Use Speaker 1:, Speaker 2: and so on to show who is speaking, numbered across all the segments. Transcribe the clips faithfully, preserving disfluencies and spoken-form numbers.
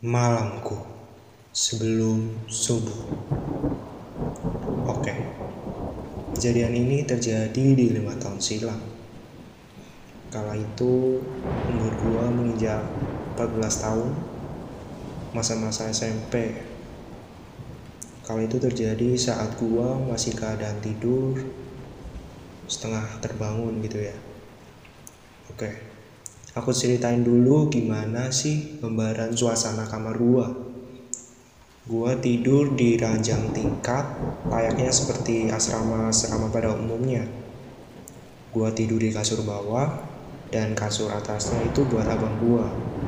Speaker 1: Malamku sebelum subuh. Oke, kejadian ini terjadi di lima tahun silam. Kala itu umur gua menginjak empat belas tahun, masa-masa S M P. Kala itu terjadi saat gua masih keadaan tidur, setengah terbangun gitu ya. Oke, aku ceritain dulu gimana sih gambaran suasana kamar gua. Gua tidur di ranjang tingkat, layaknya seperti asrama-asrama pada umumnya. Gua tidur di kasur bawah, dan kasur atasnya itu buat abang gua.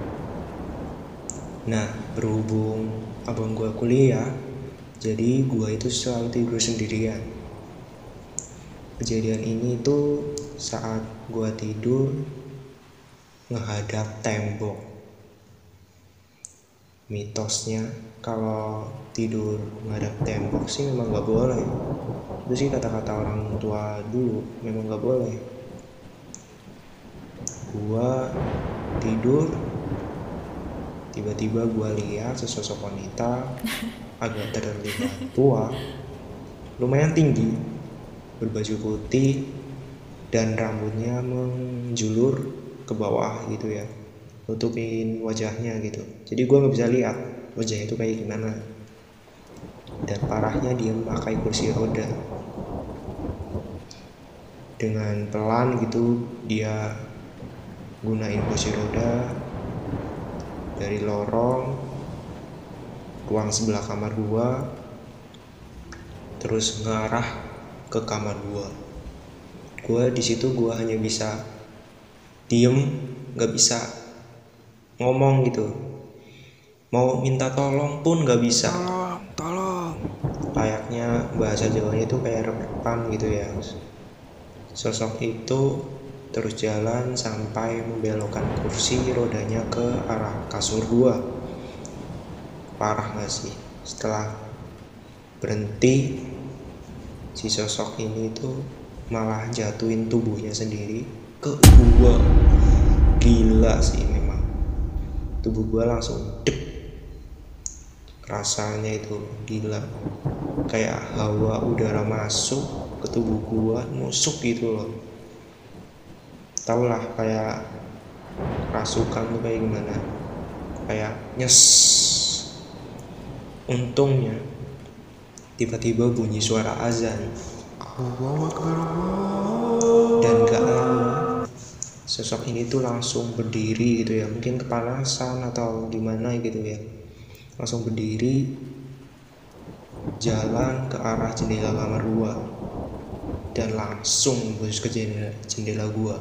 Speaker 1: Nah, berhubung abang gua kuliah, jadi gua itu selalu tidur sendirian. Kejadian ini tuh saat gua tidur menghadap tembok. Mitosnya kalau tidur menghadap tembok sih memang gak boleh. Itu sih kata-kata orang tua dulu, memang gak boleh. Gua tidur, tiba-tiba gua lihat sesosok wanita agak terlihat tua, lumayan tinggi, berbaju putih dan rambutnya menjulur ke bawah gitu ya, nutupin wajahnya gitu. Jadi gue nggak bisa lihat wajahnya itu kayak gimana. Dan parahnya dia memakai kursi roda. Dengan pelan gitu dia gunain kursi roda dari lorong ruang sebelah kamar gua, terus ngarah ke kamar gua. Gua di situ gua hanya bisa diem, nggak bisa ngomong gitu. Mau minta tolong pun nggak bisa.
Speaker 2: Tolong, tolong.
Speaker 1: Layaknya bahasa Jawanya itu kayak rep-repan gitu ya. Sosok itu terus jalan sampai membelokkan kursi rodanya ke arah kasur gua. Parah gak sih? Setelah berhenti, si sosok ini tuh malah jatuhin tubuhnya sendiri ke gua. Gila sih memang. Tubuh gua langsung dek. Rasanya itu gila. Kayak hawa udara masuk ke tubuh gua, nusuk gitu loh. Tau lah kayak rasukan tuh kayak gimana. Kayak nyes. Untungnya tiba-tiba bunyi suara azan. Dan gak lama sosok ini tuh langsung berdiri gitu ya, mungkin kepanasan atau gimana gitu ya. Langsung berdiri, jalan ke arah jendela kamar gua, dan langsung nembus ke jendela, jendela gua.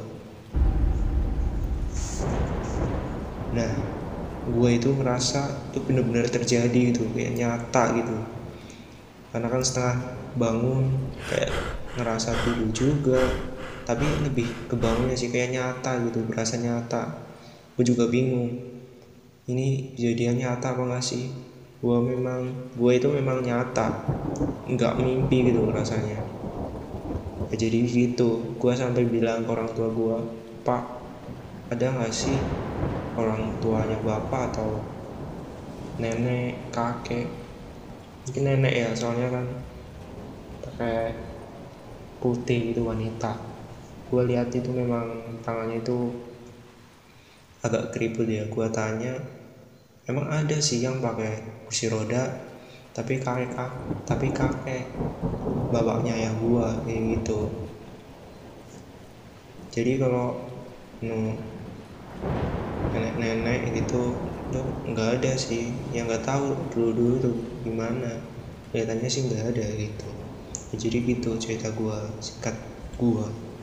Speaker 1: Nah, gua itu ngerasa itu benar-benar terjadi gitu, kayak nyata gitu. Karena kan setengah bangun, kayak ngerasa tidur juga, tapi lebih kebangunnya sih kayak nyata gitu, berasa nyata. Gue juga bingung, ini kejadian nyata apa gak sih? Gue memang, gue itu memang nyata, nggak mimpi gitu rasanya. Ya, jadi gitu, gue sampai bilang ke orang tua gue, Pak, ada nggak sih orang tuanya bapak atau nenek, kakek? Mungkin nenek ya, soalnya kan pakai putih itu wanita. Gue lihat itu memang tangannya itu agak keriput ya. Gue tanya, emang ada sih yang pakai kursi roda tapi kakek tapi kakek bapaknya ya gue kayak gitu. Jadi kalau no, nenek-nenek gitu tuh nggak ada sih, yang nggak tahu dulu-dulu tuh gimana. Kelihatannya sih nggak ada gitu. Ya, jadi gitu cerita gue, singkat gue.